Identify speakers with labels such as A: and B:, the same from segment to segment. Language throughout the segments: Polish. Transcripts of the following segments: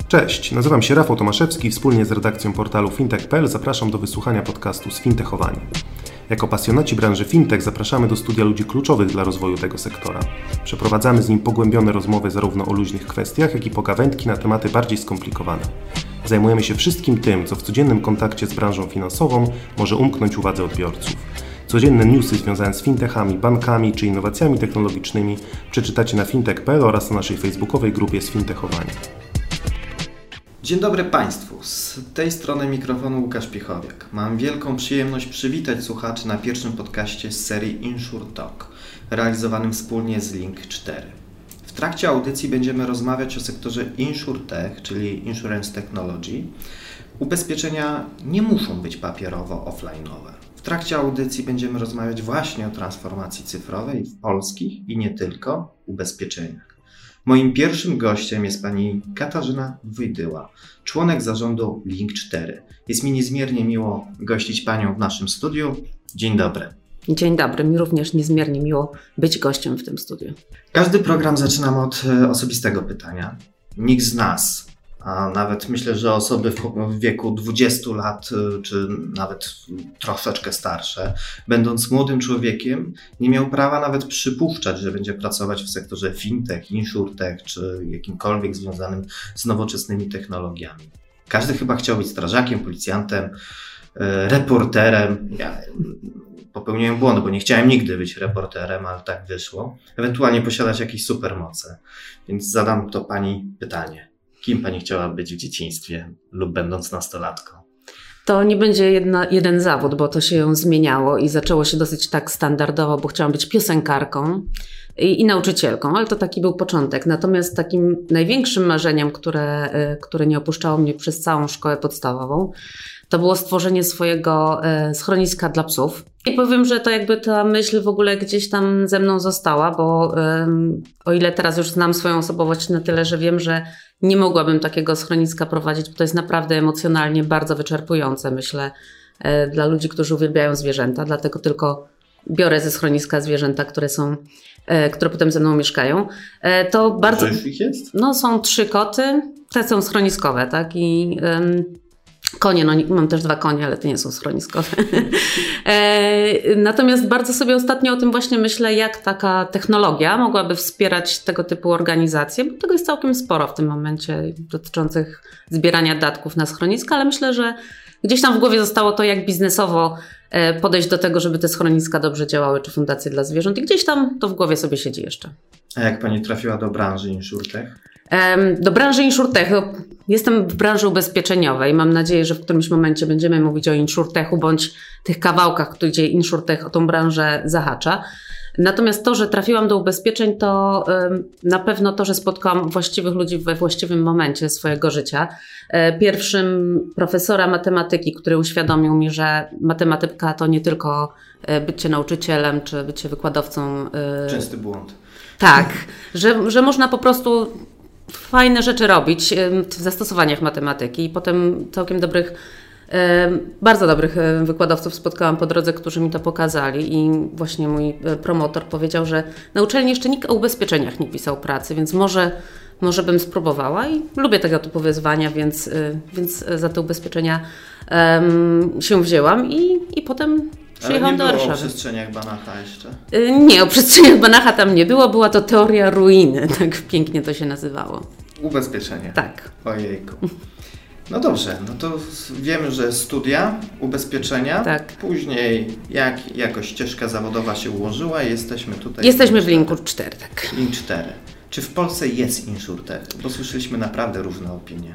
A: Cześć, nazywam się Rafał Tomaszewski i wspólnie z redakcją portalu fintech.pl zapraszam do wysłuchania podcastu Sfintechowani. Jako pasjonaci branży fintech zapraszamy do studia ludzi kluczowych dla rozwoju tego sektora. Przeprowadzamy z nim pogłębione rozmowy zarówno o luźnych kwestiach, jak i pogawędki na tematy bardziej skomplikowane. Zajmujemy się wszystkim tym, co w codziennym kontakcie z branżą finansową może umknąć uwadze odbiorców. Codzienne newsy związane z fintechami, bankami czy innowacjami technologicznymi przeczytacie na fintech.pl oraz na naszej facebookowej grupie Sfintechowani.
B: Dzień dobry Państwu, z tej strony mikrofonu Łukasz Piechowiak. Mam wielką przyjemność przywitać słuchaczy na pierwszym podcaście z serii InsurTalk, realizowanym wspólnie z Link4. W trakcie audycji będziemy rozmawiać o sektorze InsurTech, czyli Insurance Technology. Ubezpieczenia nie muszą być papierowo-offline'owe. W trakcie audycji będziemy rozmawiać właśnie o transformacji cyfrowej w polskich i nie tylko ubezpieczeniach. Moim pierwszym gościem jest pani Katarzyna Wojdyła, członek zarządu Link4. Jest mi niezmiernie miło gościć panią w naszym studiu. Dzień dobry.
C: Dzień dobry, mi również niezmiernie miło być gościem w tym studiu.
B: Każdy program zaczynam od osobistego pytania. Nikt z nas, a nawet myślę, że osoby w wieku 20 lat, czy nawet troszeczkę starsze, będąc młodym człowiekiem, nie miał prawa nawet przypuszczać, że będzie pracować w sektorze fintech, insurtech, czy jakimkolwiek związanym z nowoczesnymi technologiami. Każdy chyba chciał być strażakiem, policjantem, reporterem. Ja popełniłem błąd, bo nie chciałem nigdy być reporterem, ale tak wyszło. Ewentualnie posiadać jakieś supermoce. Więc zadam to pani pytanie. Kim pani chciała być w dzieciństwie lub będąc nastolatką?
C: To nie będzie jeden zawód, bo to się zmieniało i zaczęło się dosyć tak standardowo, bo chciałam być piosenkarką i nauczycielką, ale to taki był początek. Natomiast takim największym marzeniem, które nie opuszczało mnie przez całą szkołę podstawową, to było stworzenie swojego schroniska dla psów. I powiem, że to jakby ta myśl w ogóle gdzieś tam ze mną została, bo o ile teraz już znam swoją osobowość na tyle, że wiem, że nie mogłabym takiego schroniska prowadzić, bo to jest naprawdę emocjonalnie bardzo wyczerpujące, myślę, dla ludzi, którzy uwielbiają zwierzęta. Dlatego tylko biorę ze schroniska zwierzęta, które potem ze mną mieszkają. To bardzo.
B: Co już ich jest?
C: No, są 3 koty, te są schroniskowe, tak? I konie, no mam też 2 konie, ale to nie są schroniskowe. Natomiast bardzo sobie ostatnio o tym właśnie myślę, jak taka technologia mogłaby wspierać tego typu organizacje, bo tego jest całkiem sporo w tym momencie dotyczących zbierania datków na schroniska, ale myślę, że gdzieś tam w głowie zostało to, jak biznesowo podejść do tego, żeby te schroniska dobrze działały, czy fundacje dla zwierząt i gdzieś tam to w głowie sobie siedzi jeszcze.
B: A jak pani trafiła do branży insurtech?
C: Do branży insurtech. Jestem w branży ubezpieczeniowej. Mam nadzieję, że w którymś momencie będziemy mówić o insurtechu bądź tych kawałkach, gdzie insurtech o tą branżę zahacza. Natomiast to, że trafiłam do ubezpieczeń, to na pewno to, że spotkałam właściwych ludzi we właściwym momencie swojego życia. Pierwszym profesora matematyki, który uświadomił mi, że matematyka to nie tylko bycie nauczycielem czy bycie wykładowcą.
B: Częsty błąd.
C: Tak, że można po prostu fajne rzeczy robić w zastosowaniach matematyki i potem całkiem bardzo dobrych wykładowców spotkałam po drodze, którzy mi to pokazali i właśnie mój promotor powiedział, że na uczelni jeszcze nikt o ubezpieczeniach nie pisał pracy, więc może bym spróbowała i lubię tego typu wyzwania, więc za te ubezpieczenia się wzięłam i potem przyjechałam do Warszawy.
B: Ale nie było o przestrzeniach Banacha jeszcze?
C: Nie, o przestrzeniach Banacha tam nie było, była to teoria ruiny, tak pięknie to się nazywało.
B: Ubezpieczenie.
C: Tak.
B: Ojejku. No dobrze, no to wiemy, że studia, ubezpieczenia,
C: tak.
B: Później jak jakoś ścieżka zawodowa się ułożyła i jesteśmy tutaj.
C: Jesteśmy w Link4, tak.
B: Link4. Czy w Polsce jest insurtech? Bo słyszeliśmy naprawdę różne opinie.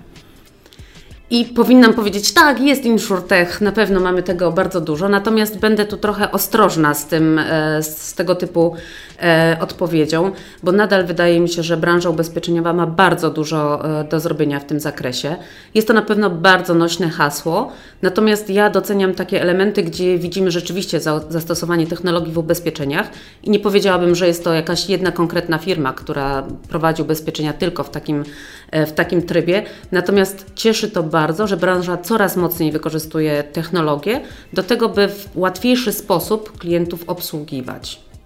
C: I powinnam powiedzieć, tak, jest insurtech, na pewno mamy tego bardzo dużo, natomiast będę tu trochę ostrożna z tego typu odpowiedzią, bo nadal wydaje mi się, że branża ubezpieczeniowa ma bardzo dużo do zrobienia w tym zakresie. Jest to na pewno bardzo nośne hasło, natomiast ja doceniam takie elementy, gdzie widzimy rzeczywiście zastosowanie technologii w ubezpieczeniach i nie powiedziałabym, że jest to jakaś jedna konkretna firma, która prowadzi ubezpieczenia tylko w takim trybie, natomiast cieszy to bardzo, że branża coraz mocniej wykorzystuje technologię do tego, by w łatwiejszy sposób klientów obsługiwać.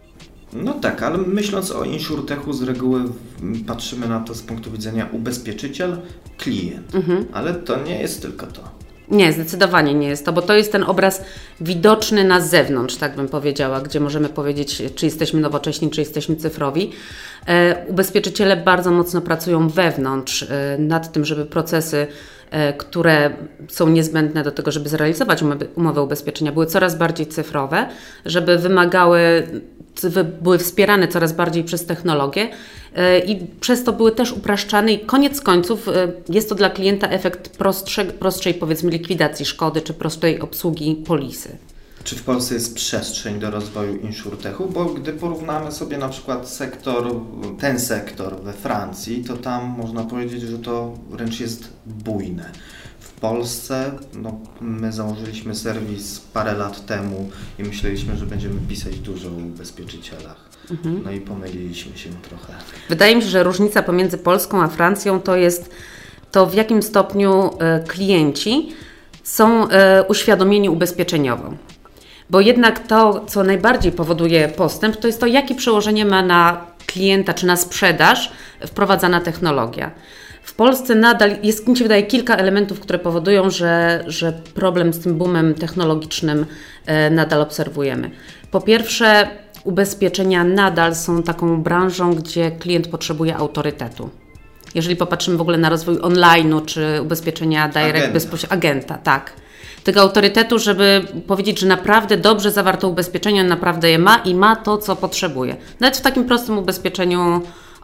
B: No tak, ale myśląc o insurtechu z reguły patrzymy na to z punktu widzenia ubezpieczyciel, klient, ale to nie jest tylko to.
C: Nie, zdecydowanie nie jest to, bo to jest ten obraz widoczny na zewnątrz, tak bym powiedziała, gdzie możemy powiedzieć, czy jesteśmy nowocześni, czy jesteśmy cyfrowi. Ubezpieczyciele bardzo mocno pracują wewnątrz nad tym, żeby procesy, które są niezbędne do tego, żeby zrealizować umowę ubezpieczenia, były coraz bardziej cyfrowe, żeby były wspierane coraz bardziej przez technologię i przez to były też upraszczane i koniec końców jest to dla klienta efekt prostszej powiedzmy likwidacji szkody czy prostej obsługi polisy.
B: Czy w Polsce jest przestrzeń do rozwoju insurtechu? Bo gdy porównamy sobie na przykład ten sektor we Francji, to tam można powiedzieć, że to wręcz jest bujne. W Polsce my założyliśmy serwis parę lat temu i myśleliśmy, że będziemy pisać dużo o ubezpieczycielach. No i pomyliliśmy się trochę.
C: Wydaje mi się, że różnica pomiędzy Polską a Francją to jest to, w jakim stopniu klienci są uświadomieni ubezpieczeniowo. Bo jednak to, co najbardziej powoduje postęp, to jest to, jakie przełożenie ma na klienta czy na sprzedaż wprowadzana technologia. W Polsce nadal jest, mi się wydaje, kilka elementów, które powodują, że problem z tym boomem technologicznym nadal obserwujemy. Po pierwsze, ubezpieczenia nadal są taką branżą, gdzie klient potrzebuje autorytetu. Jeżeli popatrzymy w ogóle na rozwój online'u czy ubezpieczenia direct bezpośrednio agenta, tak. Tego autorytetu, żeby powiedzieć, że naprawdę dobrze zawarto ubezpieczenie, on naprawdę je ma i ma to, co potrzebuje. Nawet w takim prostym ubezpieczeniu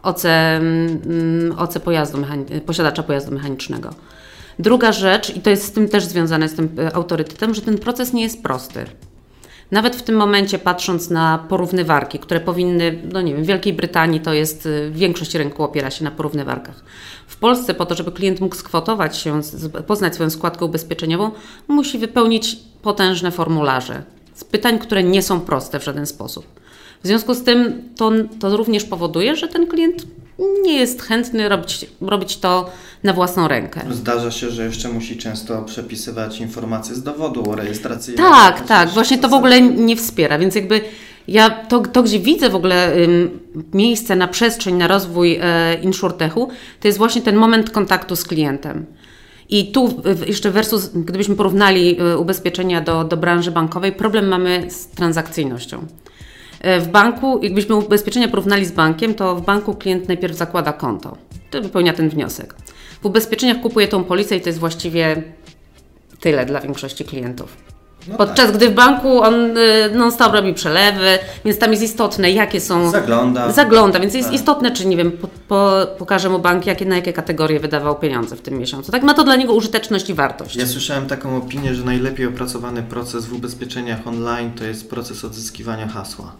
C: OC posiadacza pojazdu mechanicznego. Druga rzecz, i to jest z tym też związane z tym autorytetem, że ten proces nie jest prosty. Nawet w tym momencie, patrząc na porównywarki, które powinny, w Wielkiej Brytanii to jest, większość rynku opiera się na porównywarkach. W Polsce po to, żeby klient mógł skwotować się, poznać swoją składkę ubezpieczeniową, musi wypełnić potężne formularze z pytań, które nie są proste w żaden sposób. W związku z tym to również powoduje, że ten klient nie jest chętny robić to na własną rękę.
B: Zdarza się, że jeszcze musi często przepisywać informacje z dowodu rejestracyjnego.
C: Tak, właśnie to w ogóle nie wspiera, więc jakby ja to gdzie widzę w ogóle miejsce na przestrzeń, na rozwój insurtechu, to jest właśnie ten moment kontaktu z klientem. I tu jeszcze versus, gdybyśmy porównali ubezpieczenia do branży bankowej, problem mamy z transakcyjnością. W banku, jakbyśmy ubezpieczenia porównali z bankiem, to w banku klient najpierw zakłada konto, to wypełnia ten wniosek. W ubezpieczeniach kupuje tą polisę i to jest właściwie tyle dla większości klientów. Podczas gdy w banku on non-stop robi przelewy, więc tam jest istotne, jakie są... Zagląda, więc jest istotne, czy pokaże mu bank, na jakie kategorie wydawał pieniądze w tym miesiącu. Tak, ma to dla niego użyteczność i wartość.
B: Ja słyszałem taką opinię, że najlepiej opracowany proces w ubezpieczeniach online to jest proces odzyskiwania hasła.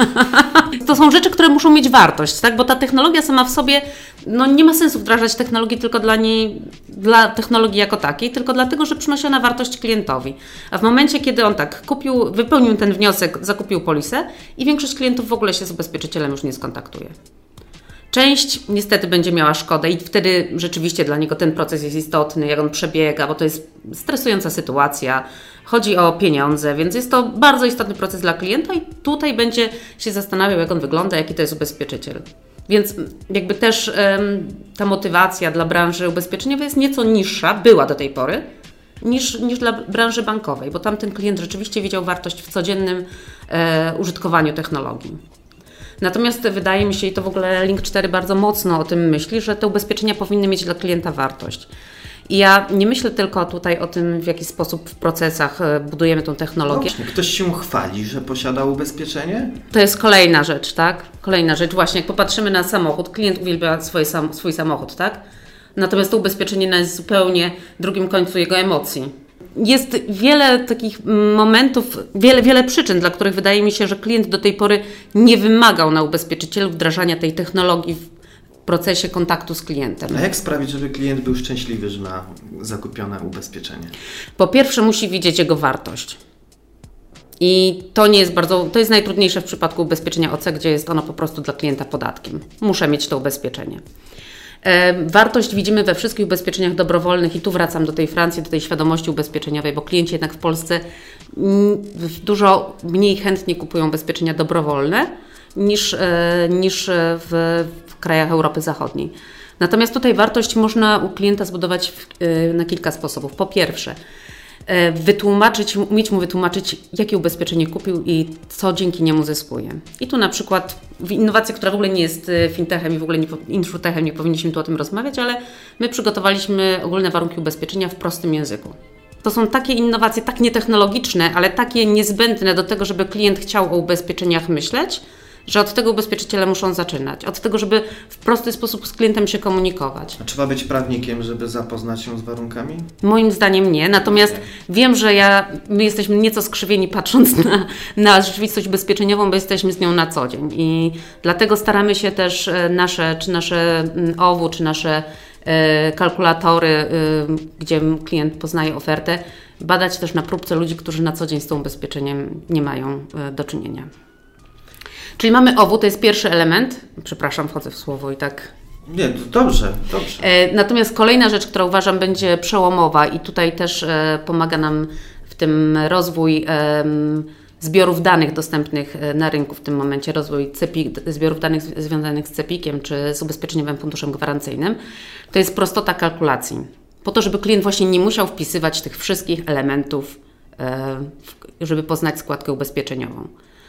C: To są rzeczy, które muszą mieć wartość, tak? Bo ta technologia sama w sobie, nie ma sensu wdrażać technologii tylko dla technologii jako takiej, tylko dlatego, że przynosi ona wartość klientowi. A w momencie, kiedy on tak wypełnił ten wniosek, zakupił polisę i większość klientów w ogóle się z ubezpieczycielem już nie skontaktuje. Część niestety będzie miała szkodę i wtedy rzeczywiście dla niego ten proces jest istotny, jak on przebiega, bo to jest stresująca sytuacja, chodzi o pieniądze, więc jest to bardzo istotny proces dla klienta i tutaj będzie się zastanawiał, jak on wygląda, jaki to jest ubezpieczyciel. Więc jakby też ta motywacja dla branży ubezpieczeniowej jest nieco niższa, była do tej pory, niż dla branży bankowej, bo tam ten klient rzeczywiście widział wartość w codziennym użytkowaniu technologii. Natomiast wydaje mi się, i to w ogóle Link4 bardzo mocno o tym myśli, że te ubezpieczenia powinny mieć dla klienta wartość. I ja nie myślę tylko tutaj o tym, w jaki sposób w procesach budujemy tą technologię.
B: Właśnie, ktoś się chwali, że posiada ubezpieczenie?
C: To jest kolejna rzecz, tak? Kolejna rzecz, właśnie jak popatrzymy na samochód, klient uwielbia swój samochód, tak? Natomiast to ubezpieczenie jest zupełnie drugim końcu jego emocji. Jest wiele takich momentów, wiele przyczyn, dla których wydaje mi się, że klient do tej pory nie wymagał na ubezpieczycielu wdrażania tej technologii w procesie kontaktu z klientem.
B: A jak sprawić, żeby klient był szczęśliwy, że ma zakupione ubezpieczenie?
C: Po pierwsze musi widzieć jego wartość. I to jest najtrudniejsze w przypadku ubezpieczenia OC, gdzie jest ono po prostu dla klienta podatkiem. Muszę mieć to ubezpieczenie. Wartość widzimy we wszystkich ubezpieczeniach dobrowolnych i tu wracam do tej Francji, do tej świadomości ubezpieczeniowej, bo klienci jednak w Polsce dużo mniej chętnie kupują ubezpieczenia dobrowolne niż w krajach Europy Zachodniej. Natomiast tutaj wartość można u klienta zbudować na kilka sposobów. Po pierwsze, umieć mu wytłumaczyć, jakie ubezpieczenie kupił i co dzięki niemu zyskuje. I tu na przykład innowacja, która w ogóle nie jest fintechem i w ogóle insurtechem, nie powinniśmy tu o tym rozmawiać, ale my przygotowaliśmy ogólne warunki ubezpieczenia w prostym języku. To są takie innowacje, tak nietechnologiczne, ale takie niezbędne do tego, żeby klient chciał o ubezpieczeniach myśleć, że od tego ubezpieczyciele muszą zaczynać. Od tego, żeby w prosty sposób z klientem się komunikować.
B: A trzeba być prawnikiem, żeby zapoznać się z warunkami?
C: Moim zdaniem nie. Natomiast wiem, że my jesteśmy nieco skrzywieni patrząc na rzeczywistość ubezpieczeniową, bo jesteśmy z nią na co dzień. I dlatego staramy się też nasze OWU, czy nasze kalkulatory, gdzie klient poznaje ofertę, badać też na próbce ludzi, którzy na co dzień z tym ubezpieczeniem nie mają do czynienia. Czyli mamy OWU, to jest pierwszy element. Przepraszam, wchodzę w słowo i tak.
B: Nie, dobrze.
C: Natomiast kolejna rzecz, która uważam będzie przełomowa i tutaj też pomaga nam w tym rozwój zbiorów danych dostępnych na rynku w tym momencie, rozwój zbiorów danych związanych z CEPiK-iem czy z Ubezpieczeniowym Funduszem Gwarancyjnym, to jest prostota kalkulacji. Po to, żeby klient właśnie nie musiał wpisywać tych wszystkich elementów, żeby poznać składkę ubezpieczeniową.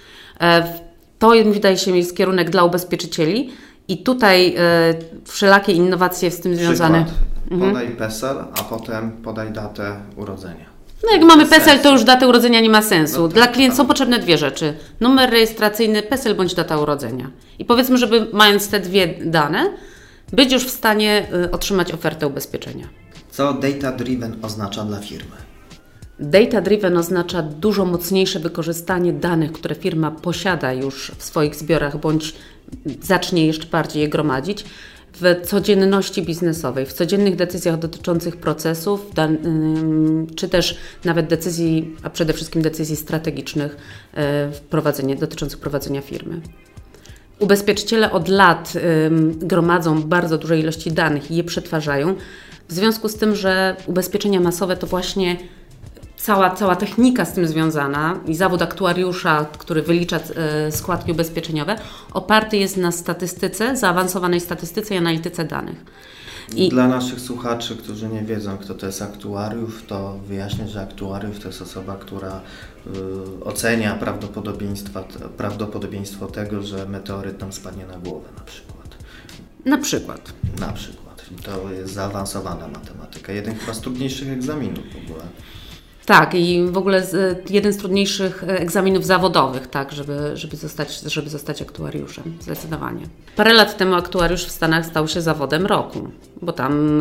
C: To wydaje się jest kierunek dla ubezpieczycieli i tutaj wszelakie innowacje z tym związane.
B: Podaj PESEL, a potem podaj datę urodzenia.
C: No jak mamy PESEL, to już data urodzenia nie ma sensu. No dla klienta są potrzebne dwie rzeczy. Numer rejestracyjny, PESEL bądź data urodzenia. I powiedzmy, żeby mając te dwie dane, być już w stanie otrzymać ofertę ubezpieczenia.
B: Co data-driven oznacza dla firmy?
C: Data-driven oznacza dużo mocniejsze wykorzystanie danych, które firma posiada już w swoich zbiorach, bądź zacznie jeszcze bardziej je gromadzić w codzienności biznesowej, w codziennych decyzjach dotyczących procesów, czy też nawet decyzji, a przede wszystkim decyzji strategicznych dotyczących prowadzenia firmy. Ubezpieczyciele od lat gromadzą bardzo duże ilości danych i je przetwarzają, w związku z tym, że ubezpieczenia masowe to właśnie cała technika z tym związana i zawód aktuariusza, który wylicza składki ubezpieczeniowe, oparty jest na statystyce, zaawansowanej statystyce i analityce danych.
B: Dla naszych słuchaczy, którzy nie wiedzą, kto to jest aktuariusz, to wyjaśnię, że aktuariusz to jest osoba, która ocenia prawdopodobieństwo tego, że meteoryt nam spadnie na głowę na przykład.
C: Na przykład.
B: To jest zaawansowana matematyka. Jeden chyba z trudniejszych egzaminów w ogóle.
C: Tak, i w ogóle jeden z trudniejszych egzaminów zawodowych, tak, żeby zostać aktuariuszem, zdecydowanie. Parę lat temu aktuariusz w Stanach stał się zawodem roku, bo tam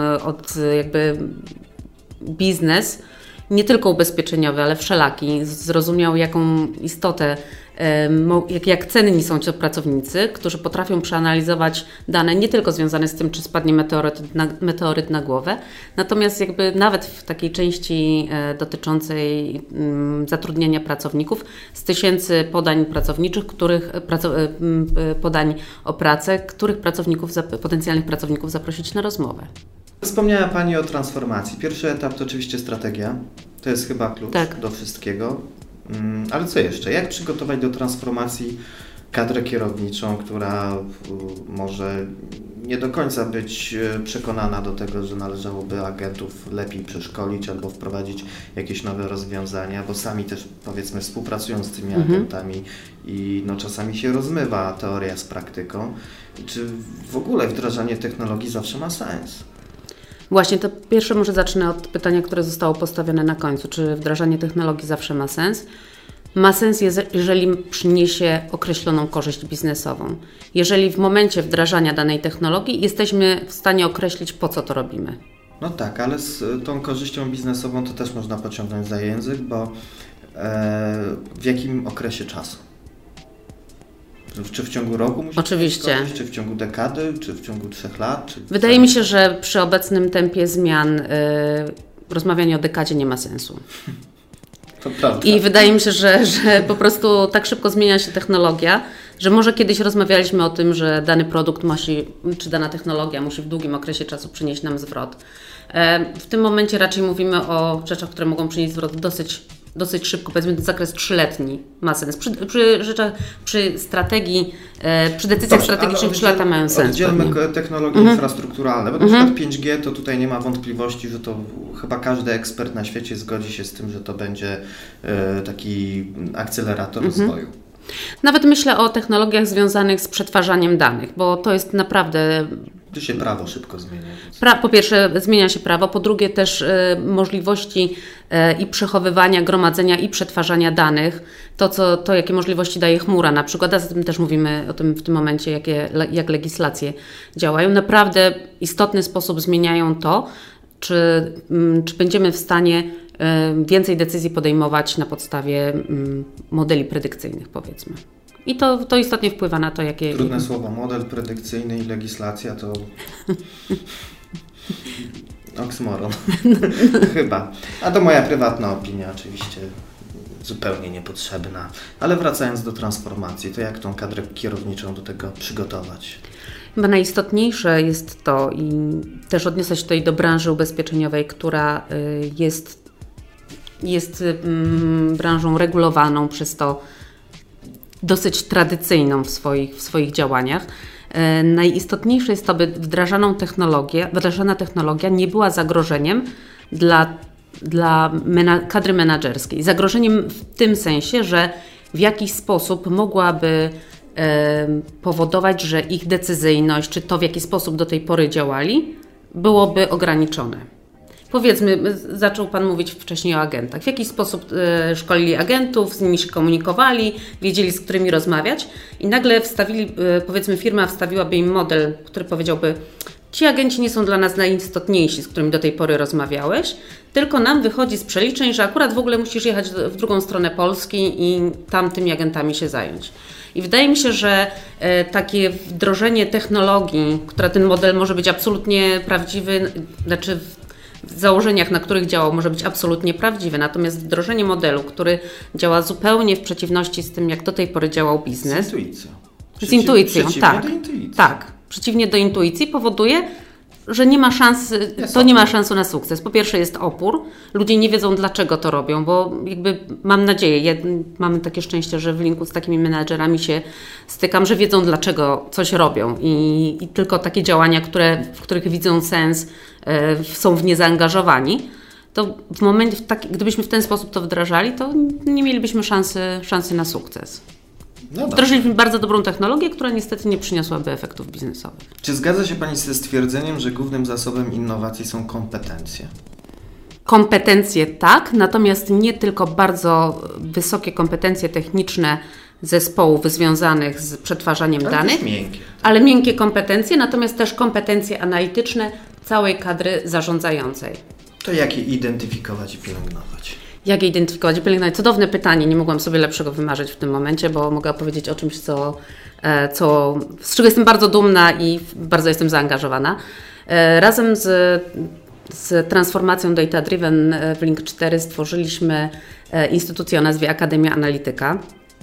C: biznes, nie tylko ubezpieczeniowy, ale wszelaki, zrozumiał jaką istotę, jak cenni są ci pracownicy, którzy potrafią przeanalizować dane nie tylko związane z tym, czy spadnie meteoryt na głowę, natomiast nawet w takiej części dotyczącej zatrudniania pracowników, z tysięcy podań pracowniczych, podań o pracę, których potencjalnych pracowników zaprosić na rozmowę.
B: Wspomniała Pani o transformacji. Pierwszy etap to oczywiście strategia. To jest chyba klucz do wszystkiego. Ale co jeszcze? Jak przygotować do transformacji kadrę kierowniczą, która może nie do końca być przekonana do tego, że należałoby agentów lepiej przeszkolić albo wprowadzić jakieś nowe rozwiązania, bo sami też powiedzmy współpracują z tymi agentami i czasami się rozmywa teoria z praktyką. Czy w ogóle wdrażanie technologii zawsze ma sens?
C: Właśnie, to pierwsze może zacznę od pytania, które zostało postawione na końcu. Czy wdrażanie technologii zawsze ma sens? Ma sens, jeżeli przyniesie określoną korzyść biznesową. Jeżeli w momencie wdrażania danej technologii jesteśmy w stanie określić, po co to robimy.
B: No tak, ale z tą korzyścią biznesową to też można pociągnąć za język, bo w jakim okresie czasu? Czy w ciągu roku musi
C: Oczywiście.
B: Korzyść, czy w ciągu dekady, czy w ciągu 3 lat?
C: Wydaje mi się, że przy obecnym tempie zmian rozmawianie o dekadzie nie ma sensu.
B: To prawda.
C: I wydaje mi się, że po prostu tak szybko zmienia się technologia, że może kiedyś rozmawialiśmy o tym, że dany produkt czy dana technologia musi w długim okresie czasu przynieść nam zwrot. W tym momencie raczej mówimy o rzeczach, które mogą przynieść zwrot dosyć dosyć szybko, powiedzmy zakres 3-letni ma sens. Przy strategii, przy decyzjach strategicznych 3 lata mają sens.
B: Oddzielmy technologie infrastrukturalne, bo na przykład 5G to tutaj nie ma wątpliwości, że to chyba każdy ekspert na świecie zgodzi się z tym, że to będzie taki akcelerator rozwoju.
C: Nawet myślę o technologiach związanych z przetwarzaniem danych, bo to jest naprawdę...
B: Tu się prawo szybko zmienia.
C: Po pierwsze zmienia się prawo, po drugie też możliwości i przechowywania, gromadzenia i przetwarzania danych, to jakie możliwości daje chmura na przykład, a zatem też mówimy o tym w tym momencie, jak legislacje działają, naprawdę w istotny sposób zmieniają to, czy będziemy w stanie więcej decyzji podejmować na podstawie modeli predykcyjnych, powiedzmy. I to istotnie wpływa na to, jakie...
B: Trudne słowo, model predykcyjny i legislacja to... oksymoron. Chyba. A to moja prywatna opinia, oczywiście zupełnie niepotrzebna. Ale wracając do transformacji, to jak tą kadrę kierowniczą do tego przygotować?
C: Chyba najistotniejsze jest to, i też odniosę się tutaj do branży ubezpieczeniowej, która jest branżą regulowaną, przez to dosyć tradycyjną w swoich działaniach. Najistotniejsze jest to, by wdrażana technologia nie była zagrożeniem dla kadry menedżerskiej. Zagrożeniem w tym sensie, że w jakiś sposób mogłaby powodować, że ich decyzyjność, czy to w jaki sposób do tej pory działali, byłoby ograniczone. Powiedzmy, zaczął Pan mówić wcześniej o agentach. W jaki sposób szkolili agentów, z nimi się komunikowali, wiedzieli, z którymi rozmawiać i nagle powiedzmy firma wstawiłaby im model, który powiedziałby: ci agenci nie są dla nas najistotniejsi, z którymi do tej pory rozmawiałeś, tylko nam wychodzi z przeliczeń, że akurat w ogóle musisz jechać w drugą stronę Polski i tam tymi agentami się zająć. I wydaje mi się, że takie wdrożenie technologii, która ten model może być absolutnie prawdziwy, znaczy w założeniach, na których działał, może być absolutnie prawdziwy, natomiast wdrożenie modelu, który działa zupełnie w przeciwności z tym, jak do tej pory działał biznes.
B: Z intuicją.
C: Z intuicją, tak.
B: Do intuicji.
C: Tak. Przeciwnie do intuicji powoduje, że nie ma szansy, nie ma szansu na sukces. Po pierwsze jest opór, ludzie nie wiedzą, dlaczego to robią, bo jakby mam nadzieję, mamy takie szczęście, że w linku z takimi menadżerami się stykam, że wiedzą, dlaczego coś robią i tylko takie działania, w których widzą sens, są w nie zaangażowani, to gdybyśmy w ten sposób to wdrażali, to nie mielibyśmy szansy na sukces. No wdrożyliśmy bardzo dobrą technologię, która niestety nie przyniosłaby efektów biznesowych.
B: Czy zgadza się Pani ze stwierdzeniem, że głównym zasobem innowacji są kompetencje?
C: Kompetencje tak, natomiast nie tylko bardzo wysokie kompetencje techniczne zespołów związanych z przetwarzaniem danych, ale miękkie kompetencje, natomiast też kompetencje analityczne całej kadry zarządzającej.
B: To jak je identyfikować i pielęgnować?
C: Jak je identyfikować i pielęgnować? Cudowne pytanie, nie mogłam sobie lepszego wymarzyć w tym momencie, bo mogę opowiedzieć o czymś, z czego jestem bardzo dumna i bardzo jestem zaangażowana. Razem z transformacją Data Driven w Link4 stworzyliśmy instytucję o nazwie Akademia Analityka,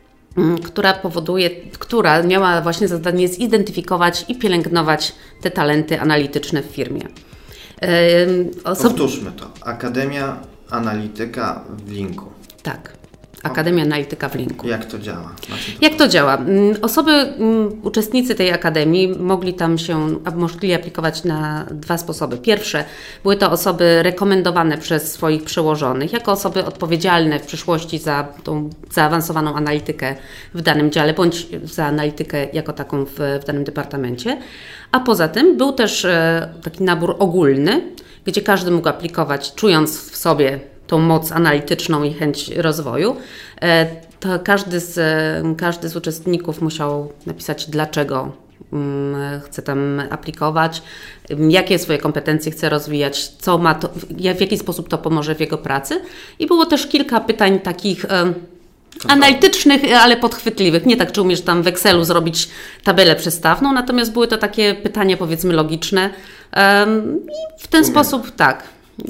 C: która miała właśnie zadanie zidentyfikować i pielęgnować te talenty analityczne w firmie.
B: Powtórzmy to. Akademia Analityka w Linku.
C: Tak. Akademia Analityka w Linku.
B: Jak to działa?
C: Jak to działa? Uczestnicy tej akademii mogli aplikować na 2 sposoby. Pierwsze, były to osoby rekomendowane przez swoich przełożonych, jako osoby odpowiedzialne w przyszłości za tą zaawansowaną analitykę w danym dziale, bądź za analitykę jako taką w danym departamencie. A poza tym był też taki nabór ogólny, gdzie każdy mógł aplikować, czując w sobie tą moc analityczną i chęć rozwoju. To każdy z uczestników musiał napisać, dlaczego chce tam aplikować, jakie swoje kompetencje chce rozwijać, w jaki sposób to pomoże w jego pracy. I było też kilka pytań takich analitycznych, ale podchwytliwych. Nie tak, czy umiesz tam w Excelu zrobić tabelę przestawną, natomiast były to takie pytania, powiedzmy, logiczne. I w ten sposób tak.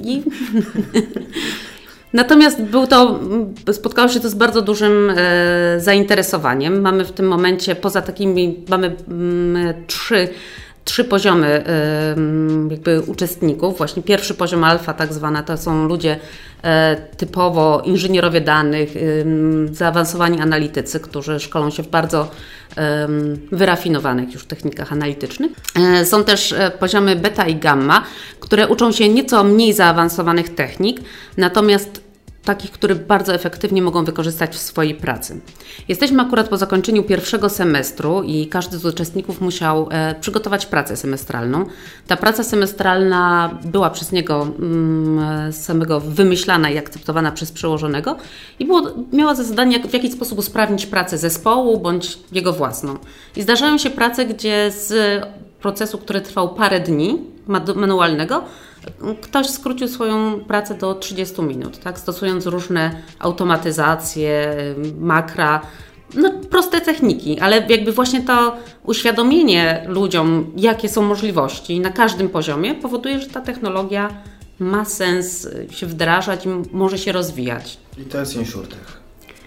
C: Natomiast spotkało się to z bardzo dużym zainteresowaniem. Mamy w tym momencie, poza takimi, mamy 3 poziomy jakby uczestników. Właśnie pierwszy poziom alfa tak zwana, to są ludzie typowo inżynierowie danych, zaawansowani analitycy, którzy szkolą się w bardzo wyrafinowanych już technikach analitycznych. Są też poziomy beta i gamma, które uczą się nieco mniej zaawansowanych technik, natomiast takich, które bardzo efektywnie mogą wykorzystać w swojej pracy. Jesteśmy akurat po zakończeniu pierwszego semestru i każdy z uczestników musiał przygotować pracę semestralną. Ta praca semestralna była przez niego samego wymyślana i akceptowana przez przełożonego i miała za zadanie w jakiś sposób usprawnić pracę zespołu bądź jego własną. I zdarzają się prace, gdzie z procesu, który trwał parę dni manualnego, ktoś skrócił swoją pracę do 30 minut, tak? Stosując różne automatyzacje, makra, proste techniki, ale jakby właśnie to uświadomienie ludziom, jakie są możliwości na każdym poziomie, powoduje, że ta technologia ma sens się wdrażać i może się rozwijać.
B: I to jest InsurTech.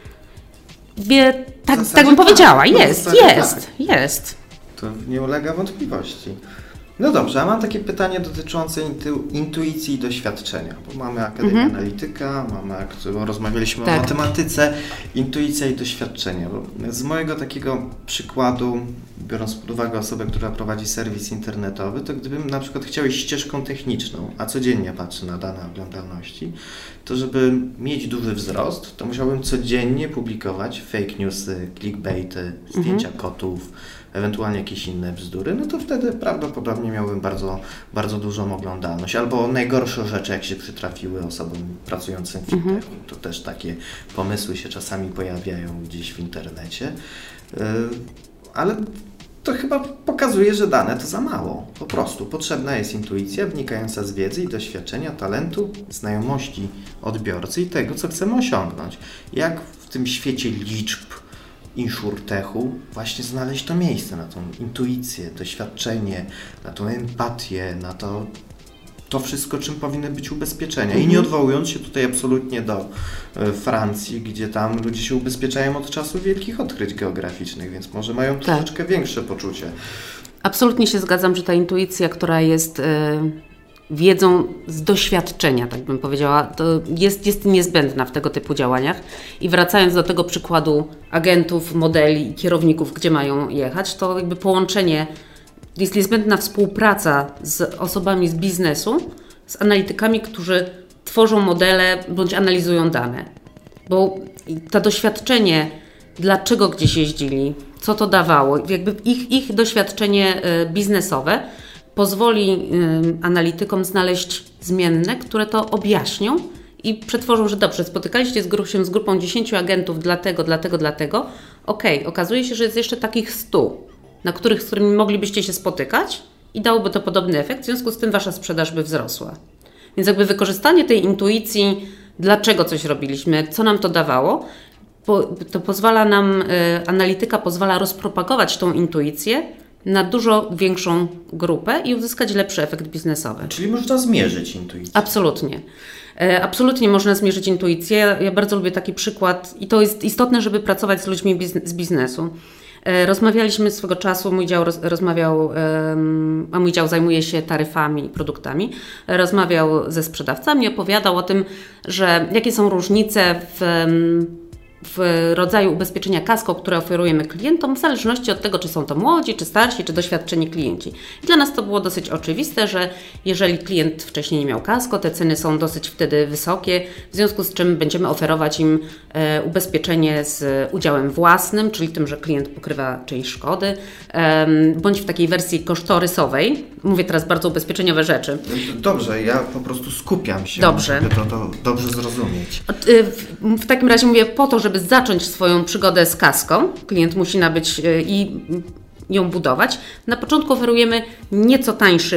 C: Tak bym powiedziała, jest.
B: To nie ulega wątpliwości. No dobrze, a mam takie pytanie dotyczące intuicji i doświadczenia, bo mamy Akademię Analityka, rozmawialiśmy o matematyce, intuicja i doświadczenie. Bo z mojego takiego przykładu, biorąc pod uwagę osobę, która prowadzi serwis internetowy, to gdybym na przykład chciał iść ścieżką techniczną, a codziennie patrzę na dane oglądalności, to żeby mieć duży wzrost, to musiałbym codziennie publikować fake newsy, clickbaity, zdjęcia kotów, ewentualnie jakieś inne bzdury, no to wtedy prawdopodobnie miałbym bardzo, bardzo dużą oglądalność. Albo najgorsze rzeczy, jak się przytrafiły osobom pracującym w fintechu. To też takie pomysły się czasami pojawiają gdzieś w internecie. Ale to chyba pokazuje, że dane to za mało. Po prostu potrzebna jest intuicja wynikająca z wiedzy i doświadczenia, talentu, znajomości odbiorcy i tego, co chcemy osiągnąć. Jak w tym świecie liczb InsurTechu właśnie znaleźć to miejsce na tą intuicję, doświadczenie, na tą empatię, na to wszystko, czym powinny być ubezpieczenia. I nie odwołując się tutaj absolutnie do Francji, gdzie tam ludzie się ubezpieczają od czasu wielkich odkryć geograficznych, więc może mają troszeczkę większe poczucie.
C: Absolutnie się zgadzam, że ta intuicja, która jest wiedzą z doświadczenia, tak bym powiedziała, to jest niezbędna w tego typu działaniach. I wracając do tego przykładu agentów, modeli i kierowników, gdzie mają jechać, to jakby połączenie, jest niezbędna współpraca z osobami z biznesu, z analitykami, którzy tworzą modele bądź analizują dane. Bo to doświadczenie, dlaczego gdzieś jeździli, co to dawało, jakby ich doświadczenie biznesowe pozwoli analitykom znaleźć zmienne, które to objaśnią i przetworzą, że dobrze, spotykaliście się z grupą 10 agentów dlatego. Okej, okazuje się, że jest jeszcze takich 100, z którymi moglibyście się spotykać i dałoby to podobny efekt, w związku z tym wasza sprzedaż by wzrosła. Więc jakby wykorzystanie tej intuicji, dlaczego coś robiliśmy, co nam to dawało, to pozwala nam, analityka pozwala rozpropagować tą intuicję na dużo większą grupę i uzyskać lepszy efekt biznesowy.
B: Czyli można zmierzyć intuicję.
C: Absolutnie. Absolutnie można zmierzyć intuicję. Ja bardzo lubię taki przykład i to jest istotne, żeby pracować z ludźmi z biznesu. Rozmawialiśmy swego czasu, mój dział rozmawiał, a mój dział zajmuje się taryfami i produktami, rozmawiał ze sprzedawcami, opowiadał o tym, że jakie są różnice w rodzaju ubezpieczenia kasko, które oferujemy klientom, w zależności od tego, czy są to młodzi, czy starsi, czy doświadczeni klienci. I dla nas to było dosyć oczywiste, że jeżeli klient wcześniej nie miał kasko, te ceny są dosyć wtedy wysokie, w związku z czym będziemy oferować im ubezpieczenie z udziałem własnym, czyli tym, że klient pokrywa część szkody, bądź w takiej wersji kosztorysowej. Mówię teraz bardzo ubezpieczeniowe rzeczy.
B: Dobrze, ja po prostu skupiam się, żeby to dobrze zrozumieć.
C: W takim razie mówię, po to, żeby zacząć swoją przygodę z kaską, klient musi nabyć i ją budować. Na początku oferujemy nieco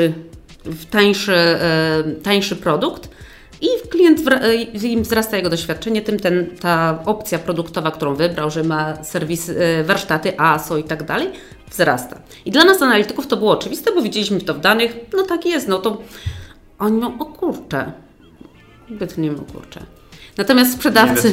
C: tańszy produkt i klient im wzrasta jego doświadczenie, tym ta opcja produktowa, którą wybrał, że ma serwis, warsztaty ASO i tak dalej, wzrasta. I dla nas analityków to było oczywiste, bo widzieliśmy to w danych, no tak jest, no to oni mówią, o kurczę, wytniemy o kurczę. Natomiast sprzedawcy...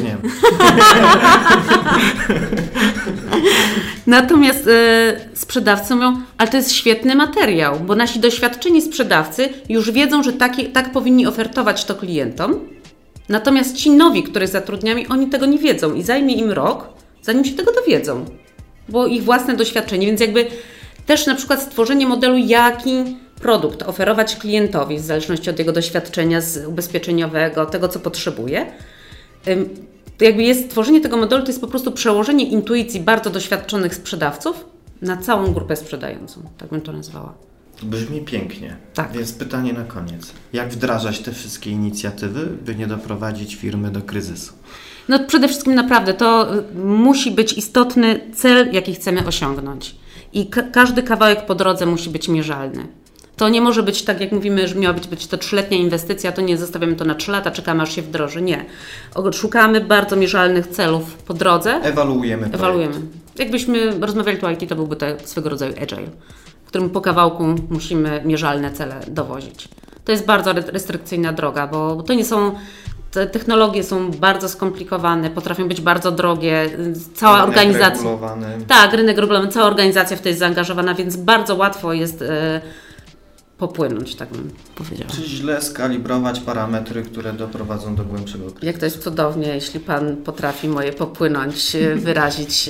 C: sprzedawcy mówią, ale to jest świetny materiał, bo nasi doświadczeni sprzedawcy już wiedzą, że tak powinni ofertować to klientom. Natomiast ci nowi, których zatrudniamy, oni tego nie wiedzą i zajmie im rok, zanim się tego dowiedzą, bo ich własne doświadczenie, więc jakby też na przykład stworzenie modelu, jaki produkt oferować klientowi w zależności od jego doświadczenia ubezpieczeniowego, tego co potrzebuje. To jakby jest stworzenie tego modelu, to jest po prostu przełożenie intuicji bardzo doświadczonych sprzedawców na całą grupę sprzedającą, tak bym to nazwała.
B: Brzmi pięknie.
C: Tak.
B: Więc pytanie na koniec. Jak wdrażać te wszystkie inicjatywy, by nie doprowadzić firmy do kryzysu?
C: No przede wszystkim naprawdę to musi być istotny cel, jaki chcemy osiągnąć. I każdy kawałek po drodze musi być mierzalny. To nie może być tak, jak mówimy, że miała być to 3-letnia inwestycja, to nie zostawiamy to na 3 lata, czekamy aż się wdroży. Nie. Szukamy bardzo mierzalnych celów po drodze.
B: Ewaluujemy.
C: Jakbyśmy rozmawiali tu o IT, to byłby to swego rodzaju agile, w którym po kawałku musimy mierzalne cele dowozić. To jest bardzo restrykcyjna droga, bo to nie są... Te technologie są bardzo skomplikowane, potrafią być bardzo drogie, cała organizacja...
B: Regulowany.
C: Tak, rynek regulowany, cała organizacja w to jest zaangażowana, więc bardzo łatwo jest popłynąć, tak bym powiedziała.
B: Czy źle skalibrować parametry, które doprowadzą do głębszego kryzysu?
C: Jak to jest cudownie, jeśli Pan potrafi moje popłynąć wyrazić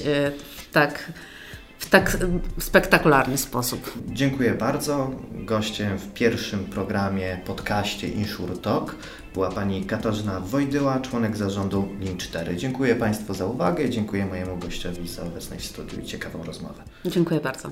C: w tak spektakularny sposób.
B: Dziękuję bardzo. Gościem w pierwszym podcaście InsurTalk była Pani Katarzyna Wojdyła, członek zarządu Lin4. Dziękuję Państwu za uwagę, dziękuję mojemu gościowi za obecność w studiu i ciekawą rozmowę.
C: Dziękuję bardzo.